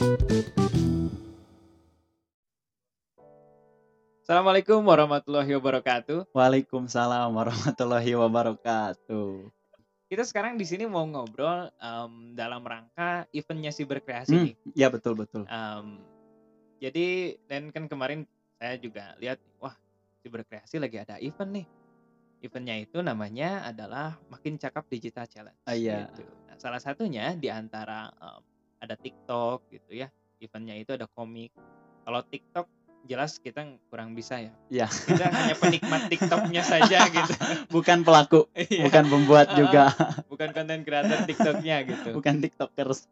Assalamualaikum warahmatullahi wabarakatuh. Waalaikumsalam warahmatullahi wabarakatuh. Kita sekarang di sini mau ngobrol, dalam rangka event-nya Siberkreasi nih. Ya betul betul. Jadi dan kan kemarin saya juga lihat, wah Siberkreasi lagi ada event nih. Event-nya itu namanya adalah Makin Cakap Digital Challenge, Iya. gitu. Nah, salah satunya di antara, ada TikTok gitu ya, event-nya itu ada komik. Kalau TikTok jelas kita kurang bisa ya. Iya. Kita hanya penikmat TikTok-nya saja gitu. Bukan pelaku, Iya, bukan pembuat heeh, juga. bukan konten kreator TikTok-nya gitu. Bukan tiktokers.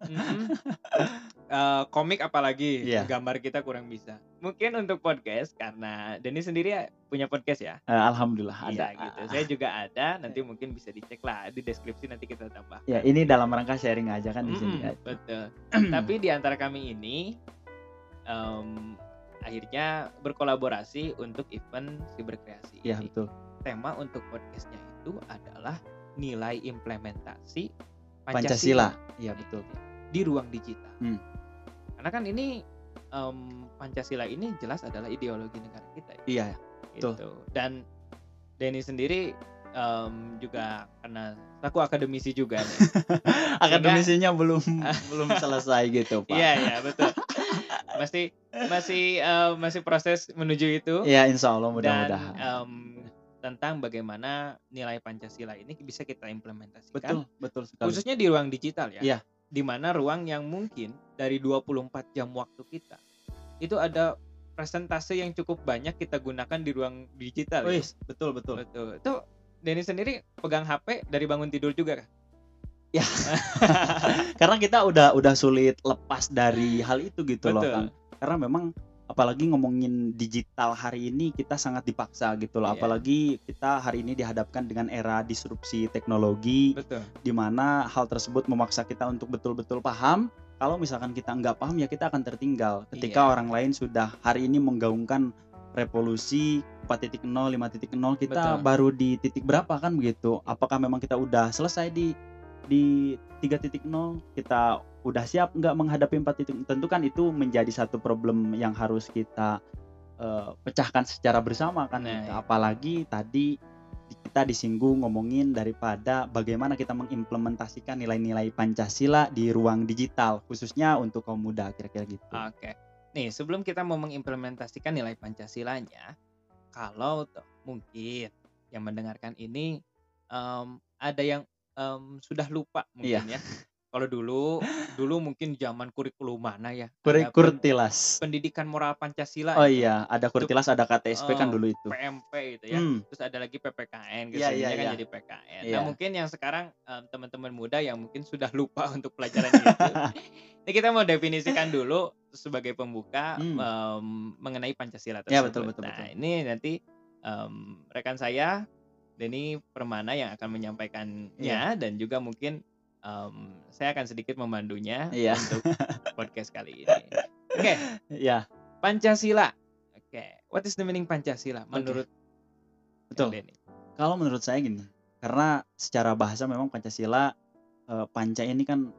Komik apalagi, Iya. gambar kita kurang bisa. Mungkin untuk podcast karena Denny sendiri punya podcast ya? Alhamdulillah Iya ada. gitu, saya juga ada, nanti mungkin bisa dicek lah di deskripsi nanti kita tambahkan. Ya ini dalam rangka sharing aja kan di sini. Betul. Tapi di antara kami ini, akhirnya berkolaborasi untuk event Siberkreasi Iya ini. betul. Tema untuk podcast-nya itu adalah nilai implementasi Pancasila. Iya betul. di ruang digital. Karena kan ini Pancasila ini jelas adalah ideologi negara kita ya. Iya, Gitu. betul. Dan Denny sendiri juga karena aku akademisi juga nih. Akademisinya belum selesai gitu, Pak. Iya betul. Masih proses menuju itu. Iya, insya Allah mudah-mudahan. Dan tentang bagaimana nilai Pancasila ini bisa kita implementasikan. Betul sekali. Khususnya di ruang digital ya. Iya. Di mana ruang yang mungkin dari 24 jam waktu kita itu ada presentase yang cukup banyak kita gunakan di ruang digital. Oh, ya. Betul. Itu Denny sendiri pegang HP dari bangun tidur juga kah? Ya. Karena kita udah sulit lepas dari hal itu gitu loh kan. Karena memang apalagi ngomongin digital hari ini kita sangat dipaksa gitu loh. Apalagi kita hari ini dihadapkan dengan era disrupsi teknologi. Betul. Di mana hal tersebut memaksa kita untuk betul-betul paham. Kalau misalkan kita nggak paham ya kita akan tertinggal. Ketika orang lain sudah hari ini menggaungkan revolusi 4.0, 5.0, kita baru di titik berapa kan begitu. Apakah memang kita udah selesai di 3.0, kita udah siap nggak menghadapi 4.0? Tentu kan itu menjadi satu problem yang harus kita pecahkan secara bersama kan. Apalagi tadi kita disinggung ngomongin daripada bagaimana kita mengimplementasikan nilai-nilai Pancasila di ruang digital khususnya untuk kaum muda kira-kira gitu. Oke. Nih sebelum kita mau mengimplementasikan nilai Pancasilanya, kalau mungkin yang mendengarkan ini ada yang sudah lupa mungkin ya. Kalau dulu mungkin zaman kurikulum mana ya? Kurtilas. Pendidikan moral Pancasila. Oh iya, ada Kurtilas, ada KTSP kan dulu itu. PMP itu ya. Terus ada lagi PPKN gitu kan jadi PKN. Nah, mungkin yang sekarang teman-teman muda yang mungkin sudah lupa untuk pelajaran itu. Ini kita mau definisikan dulu sebagai pembuka mengenai Pancasila tersebut. Ya betul. Nah, ini nanti rekan saya Denny Permana yang akan menyampaikannya dan juga mungkin saya akan sedikit memandunya untuk podcast kali ini. Oke. Ya. Pancasila. Oke. What is the meaning Pancasila menurut Denny? Kalau menurut saya gini, karena secara bahasa memang Pancasila Panca ini kan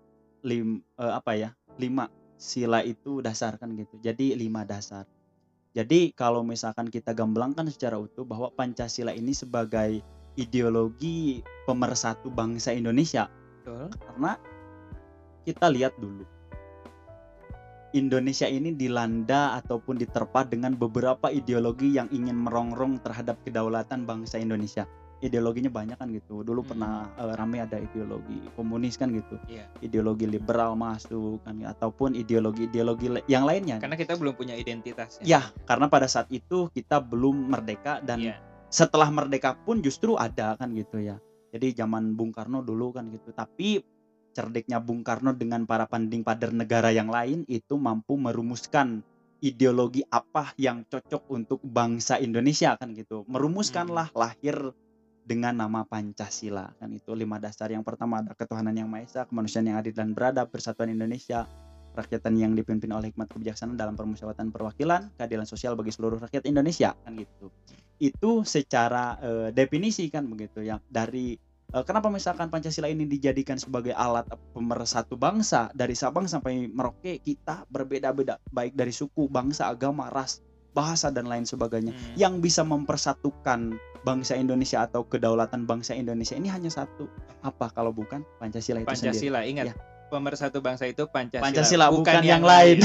5 sila itu dasar kan gitu. Jadi 5 dasar. Jadi kalau misalkan kita gamblangkan secara utuh bahwa Pancasila ini sebagai ideologi pemersatu bangsa Indonesia. Betul. Karena kita lihat dulu Indonesia ini dilanda ataupun diterpa dengan beberapa ideologi yang ingin merongrong terhadap kedaulatan bangsa Indonesia. Ideologinya banyak kan gitu. Dulu pernah ramai ada ideologi komunis kan gitu. Ideologi liberal masuk kan, ataupun ideologi yang lainnya. Karena kita belum punya identitas. Ya, karena pada saat itu kita belum merdeka dan setelah merdeka pun justru ada kan gitu ya. Jadi zaman Bung Karno dulu kan gitu. Tapi cerdiknya Bung Karno dengan para panding pader negara yang lain itu mampu merumuskan ideologi apa yang cocok untuk bangsa Indonesia kan gitu. Merumuskanlah lahir dengan nama Pancasila kan itu 5 dasar. Yang pertama ada ketuhanan yang Maha Esa, kemanusiaan yang adil dan beradab, persatuan Indonesia, rakyatan yang dipimpin oleh hikmat kebijaksanaan dalam permusyawaratan perwakilan, keadilan sosial bagi seluruh rakyat Indonesia kan gitu. Itu secara definisi kan begitu ya, dari Kenapa misalkan Pancasila ini dijadikan sebagai alat pemersatu bangsa dari Sabang sampai Merauke, kita berbeda-beda baik dari suku, bangsa, agama, ras, bahasa dan lain sebagainya. Yang bisa mempersatukan bangsa Indonesia atau kedaulatan bangsa Indonesia ini hanya satu. Apa kalau bukan Pancasila itu sendiri? Pancasila, ingat. Ya. Pemersatu bangsa itu Pancasila bukan yang lain.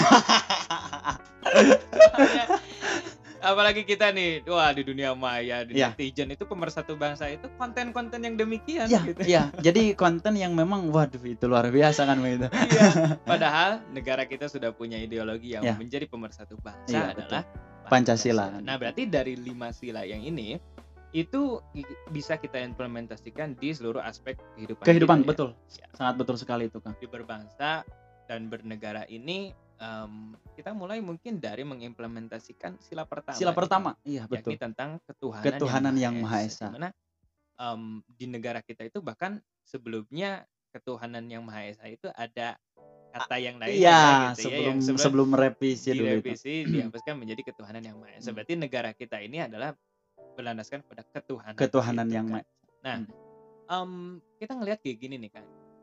Apalagi kita nih, wah di dunia maya, di Ya. netizen itu pemersatu bangsa itu konten-konten yang demikian Ya, gitu. ya. Jadi konten yang memang waduh itu luar biasa kan begitu. Iya. Padahal negara kita sudah punya ideologi yang Ya. menjadi pemersatu bangsa Iya, adalah Pancasila. Nah, berarti dari 5 sila yang ini itu bisa kita implementasikan di seluruh aspek kehidupan kita, ya. Betul. Ya. Sangat betul sekali itu, Kang. Di berbangsa dan bernegara ini kita mulai mungkin dari mengimplementasikan sila pertama. Sila pertama, iya betul. Yakni tentang Ketuhanan yang Maha Esa. Dimana di negara kita itu bahkan sebelumnya ketuhanan yang Maha Esa itu ada kata yang lain. Iya, gitu, sebelum revisi dulu itu. Dihapuskan menjadi ketuhanan yang Maha Esa. Berarti negara kita ini adalah berlandaskan pada ketuhanan yang Maha Esa. Nah, kita ngelihat kayak gini nih kan.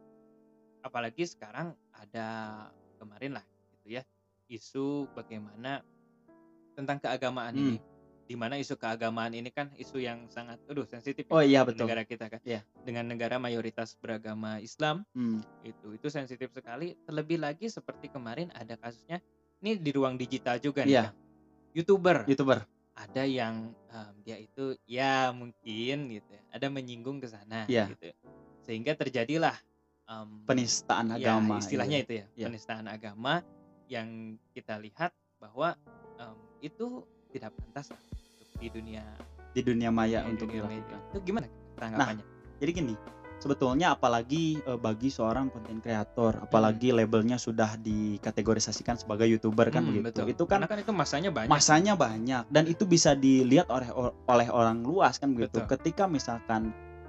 Apalagi sekarang ada kemarin lah gitu ya, isu bagaimana tentang keagamaan ini, di mana isu keagamaan ini kan isu yang sangat sensitif iya, di betul. negara kita kan. Iya. Dengan negara mayoritas beragama Islam, itu sensitif sekali. Terlebih lagi seperti kemarin ada kasusnya ini di ruang digital juga nih, kan. YouTuber ada yang dia itu ya mungkin gitu ya, ada menyinggung ke sana gitu, sehingga terjadilah penistaan agama, istilahnya itu ya, penistaan agama yang kita lihat bahwa itu tidak pantas di dunia maya untuk dilakukan. Itu gimana tanggapannya? Nah, jadi gini, sebetulnya apalagi bagi seorang konten kreator, apalagi labelnya sudah dikategorisasikan sebagai YouTuber kan begitu. Betul. Itu kan karena kan itu masanya banyak dan itu bisa dilihat oleh orang luas kan begitu. Betul. Ketika misalkan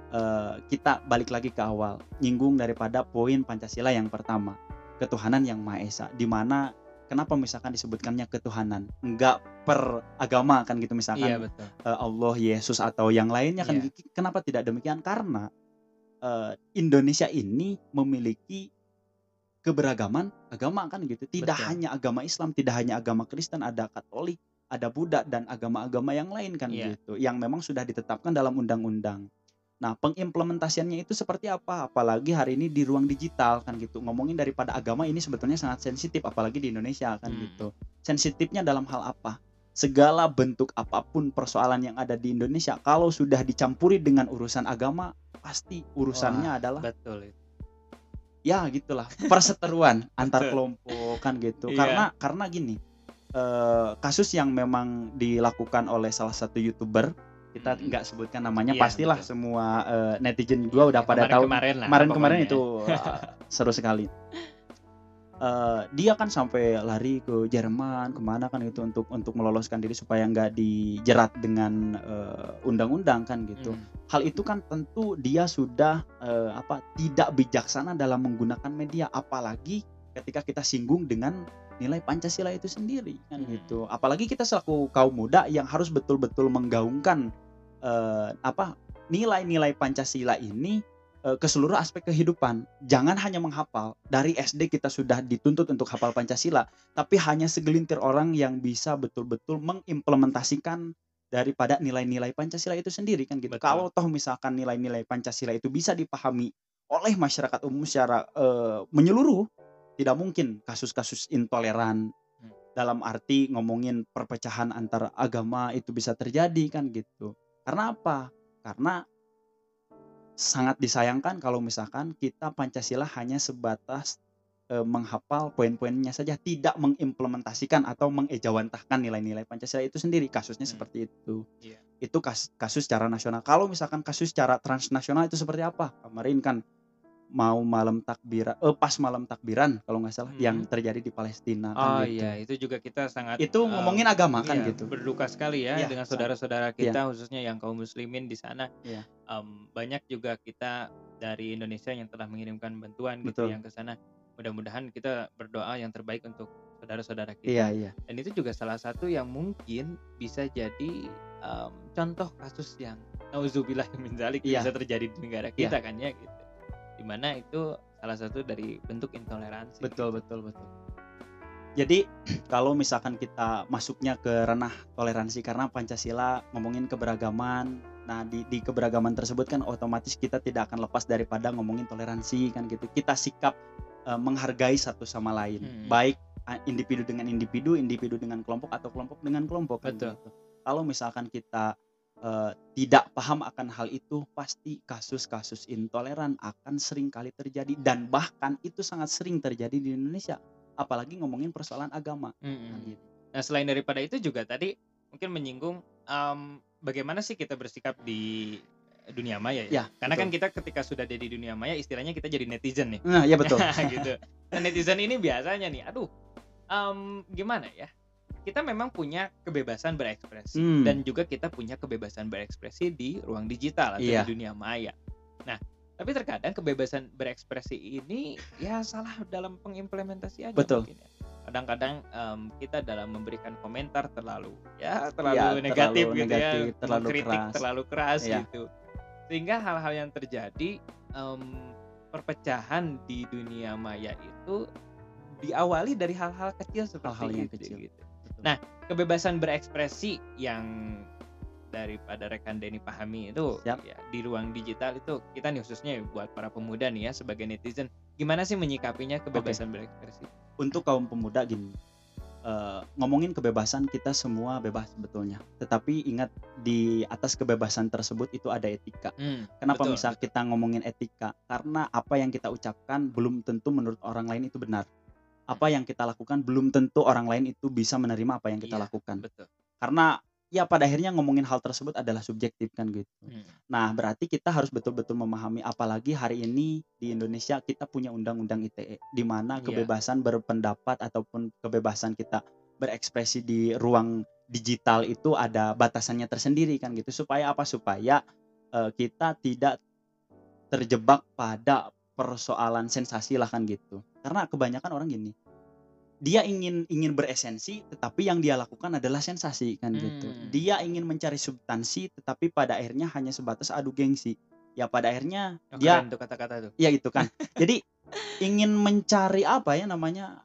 kita balik lagi ke awal, nyinggung daripada poin Pancasila yang pertama, ketuhanan yang Maha Esa, di mana kenapa misalkan disebutkannya ketuhanan, enggak per agama kan gitu misalkan. Betul. Allah, Yesus atau yang lainnya kan. Kenapa tidak demikian? Karena Indonesia ini memiliki keberagaman agama kan gitu. Tidak hanya agama Islam, tidak hanya agama Kristen, ada Katolik, ada Buddha dan agama-agama yang lain kan gitu, yang memang sudah ditetapkan dalam undang-undang. Nah, pengimplementasiannya itu seperti apa? Apalagi hari ini di ruang digital kan gitu. Ngomongin daripada agama ini sebetulnya sangat sensitif, apalagi di Indonesia kan gitu. Sensitifnya dalam hal apa? Segala bentuk apapun persoalan yang ada di Indonesia, kalau sudah dicampuri dengan urusan agama, pasti urusannya adalah betul itu. Ya gitulah, perseteruan antar kelompok kan gitu. Karena gini, kasus yang memang dilakukan oleh salah satu YouTuber, kita nggak sebutkan namanya, pastilah betul. Semua netizen juga udah pada tahu. Kemarin itu seru sekali. Dia kan sampai lari ke Jerman kemana kan itu untuk meloloskan diri supaya nggak dijerat dengan undang-undang kan gitu. Hal itu kan tentu dia sudah tidak bijaksana dalam menggunakan media, apalagi ketika kita singgung dengan nilai Pancasila itu sendiri kan gitu. Apalagi kita selaku kaum muda yang harus betul-betul menggaungkan nilai-nilai Pancasila ini ke seluruh aspek kehidupan. Jangan hanya menghafal. Dari SD kita sudah dituntut untuk hafal Pancasila, tapi hanya segelintir orang yang bisa betul-betul mengimplementasikan daripada nilai-nilai Pancasila itu sendiri kan gitu. Betul. Kalau toh misalkan nilai-nilai Pancasila itu bisa dipahami oleh masyarakat umum secara menyeluruh, tidak mungkin kasus-kasus intoleran dalam arti ngomongin perpecahan antar agama itu bisa terjadi kan gitu. Karena apa? Karena sangat disayangkan kalau misalkan kita Pancasila hanya sebatas menghafal poin-poinnya saja, tidak mengimplementasikan atau mengejawantahkan nilai-nilai Pancasila itu sendiri. Kasusnya seperti itu. Itu kasus secara nasional. Kalau misalkan kasus secara transnasional itu seperti apa? Kemarin kan mau pas malam takbiran kalau nggak salah yang terjadi di Palestina kan gitu. Itu juga kita sangat itu ngomongin agama kan gitu. Berduka sekali ya dengan saudara-saudara kita khususnya yang kaum muslimin di sana. Banyak juga kita dari Indonesia yang telah mengirimkan bantuan gitu yang ke sana. Mudah-mudahan kita berdoa yang terbaik untuk saudara-saudara kita. Dan itu juga salah satu yang mungkin bisa jadi contoh kasus yang nauzubillah min dzalik Iya. bisa terjadi di negara Iya. kita kan ya gitu. Dimana itu salah satu dari bentuk intoleransi. Betul, gitu. betul, betul. Jadi kalau misalkan kita masuknya ke ranah toleransi karena Pancasila ngomongin keberagaman, nah di keberagaman tersebut kan otomatis kita tidak akan lepas daripada ngomongin toleransi kan gitu. Kita sikap menghargai satu sama lain, baik individu dengan individu, individu dengan kelompok atau kelompok dengan kelompok kan Betul. gitu. Kalau misalkan kita tidak paham akan hal itu, pasti kasus-kasus intoleran akan sering kali terjadi dan bahkan itu sangat sering terjadi di Indonesia. Apalagi ngomongin persoalan agama. Kan gitu. Nah selain daripada itu juga tadi mungkin menyinggung bagaimana sih kita bersikap di dunia maya ya. Ya, Karena kan betul. kita ketika sudah ada di dunia maya istilahnya kita jadi netizen nih. Nah, ya betul. gitu. Nah netizen ini biasanya nih, gimana ya? Kita memang punya kebebasan berekspresi dan juga kita punya kebebasan berekspresi di ruang digital atau Iya. di dunia maya. Nah, tapi terkadang kebebasan berekspresi ini ya salah dalam pengimplementasiannya. Betul. Mungkin ya. Kadang-kadang kita dalam memberikan komentar terlalu terlalu negatif gitu negatif, ya, terlalu mengkritik keras. terlalu keras Iya. gitu. Sehingga hal-hal yang terjadi perpecahan di dunia maya itu diawali dari hal-hal kecil seperti Hal-hal yang itu kecil. gitu. Nah, kebebasan berekspresi yang daripada rekan Denny pahami itu Siap. ya di ruang digital itu kita nih khususnya buat para pemuda nih ya sebagai netizen, gimana sih menyikapinya kebebasan berekspresi? Untuk kaum pemuda gini, ngomongin kebebasan kita semua bebas sebetulnya. Tetapi ingat di atas kebebasan tersebut itu ada etika. Kenapa Betul, misal betul. kita ngomongin etika? Karena apa yang kita ucapkan belum tentu menurut orang lain itu benar. Apa yang kita lakukan belum tentu orang lain itu bisa menerima apa yang kita Iya, lakukan. betul. Karena ya pada akhirnya ngomongin hal tersebut adalah subjektif kan gitu. Nah, berarti kita harus betul-betul memahami, apalagi hari ini di Indonesia kita punya undang-undang ITE di mana Iya. kebebasan berpendapat ataupun kebebasan kita berekspresi di ruang digital itu ada batasannya tersendiri kan gitu. Supaya apa? Supaya kita tidak terjebak pada persoalan sensasi lah kan gitu. Karena kebanyakan orang gini, dia ingin beresensi tetapi yang dia lakukan adalah sensasi kan gitu. Dia ingin mencari substansi tetapi pada akhirnya hanya sebatas adu gengsi. Ya pada akhirnya dia Keren tuh kata-kata tuh. ya itu kan. Jadi ingin mencari apa ya namanya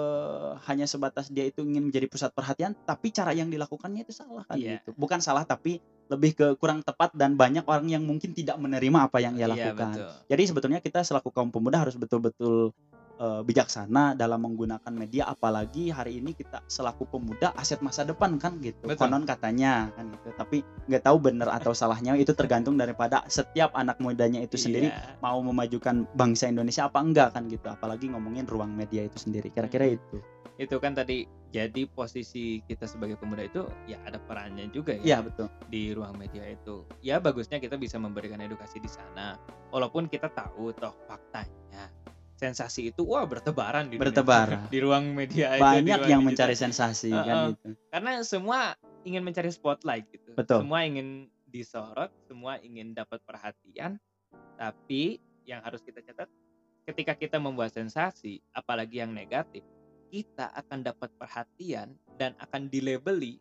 hanya sebatas dia itu ingin menjadi pusat perhatian tapi cara yang dilakukannya itu salah kan Iya. gitu. Bukan salah tapi lebih ke kurang tepat dan banyak orang yang mungkin tidak menerima apa yang ia Iya, lakukan. betul. Jadi sebetulnya kita selaku kaum pemuda harus betul-betul bijaksana dalam menggunakan media, apalagi hari ini kita selaku pemuda aset masa depan kan gitu. Betul. Konon katanya kan gitu. Tapi nggak tahu benar atau salahnya, itu tergantung daripada setiap anak mudanya itu sendiri Iya. mau memajukan bangsa Indonesia apa enggak kan gitu. Apalagi ngomongin ruang media itu sendiri. Kira-kira itu. Itu kan tadi jadi posisi kita sebagai pemuda itu ya ada perannya juga Iya ya betul. di ruang media itu. Ya bagusnya kita bisa memberikan edukasi di sana. Walaupun kita tahu toh faktanya sensasi itu bertebaran di Bertebaran. di ruang media itu, di Banyak ruang yang digital. mencari sensasi kan gitu. Karena semua ingin mencari spotlight gitu. Betul. Semua ingin disorot, semua ingin dapat perhatian. Tapi yang harus kita catat, ketika kita membuat sensasi, apalagi yang negatif, kita akan dapat perhatian dan akan dilabeli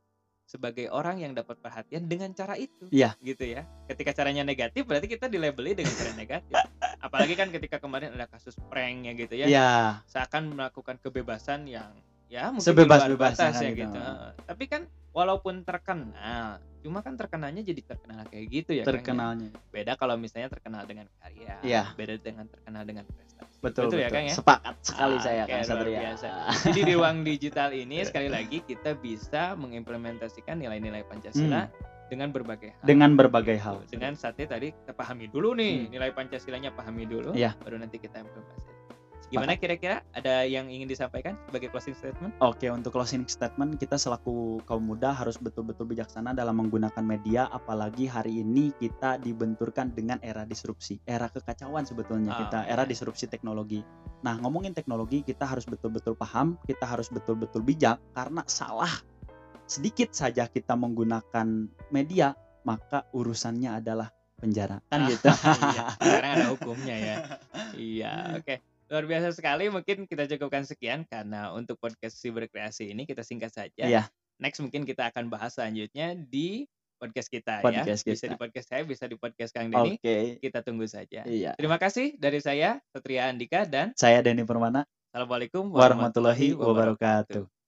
sebagai orang yang dapat perhatian dengan cara itu. Iya. Gitu ya. Ketika caranya negatif berarti kita dilabeli dengan cara negatif. Apalagi kan ketika kemarin ada kasus prank ya gitu ya. Iya. Seakan melakukan kebebasan yang ya mungkin Sebebas-bebasnya batas kan ya gitu. gitu. Tapi kan walaupun terkenal, cuma kan terkenalnya jadi terkenal kayak gitu ya Kang, ya. Terkenalnya. Beda kalau misalnya terkenal dengan karya, Iya. beda dengan terkenal dengan prestasi. Betul ya Kang ya. Sepakat sekali saya Oke, Kang luar Satria. biasa. Jadi di ruang digital ini sekali lagi kita bisa mengimplementasikan nilai-nilai Pancasila dengan berbagai hal. Dengan berbagai hal. Dengan satu tadi kita pahami dulu nih nilai Pancasilanya, pahami dulu, Iya. baru nanti kita implementasi. Gimana kira-kira? Ada yang ingin disampaikan sebagai closing statement? Oke, untuk closing statement kita selaku kaum muda harus betul-betul bijaksana dalam menggunakan media, apalagi hari ini kita dibenturkan dengan era disrupsi, era kekacauan sebetulnya kita, era disrupsi teknologi. Nah, ngomongin teknologi kita harus betul-betul paham, kita harus betul-betul bijak karena salah sedikit saja kita menggunakan media, maka urusannya adalah penjara. Kan gitu. Iya, sekarang ada hukumnya ya. Iya, oke. Luar biasa sekali, mungkin kita cukupkan sekian karena untuk podcast Si Berkreasi ini kita singkat saja. Iya. Next mungkin kita akan bahas selanjutnya di podcast kita ya. Podcast Bisa di kita. podcast saya, bisa di podcast Kang Denny. Oke. Kita tunggu saja. Iya. Terima kasih dari saya, Satria Andika, dan Saya Denny Permana. Assalamualaikum Warahmatullahi warahmatullahi wabarakatuh. wabarakatuh.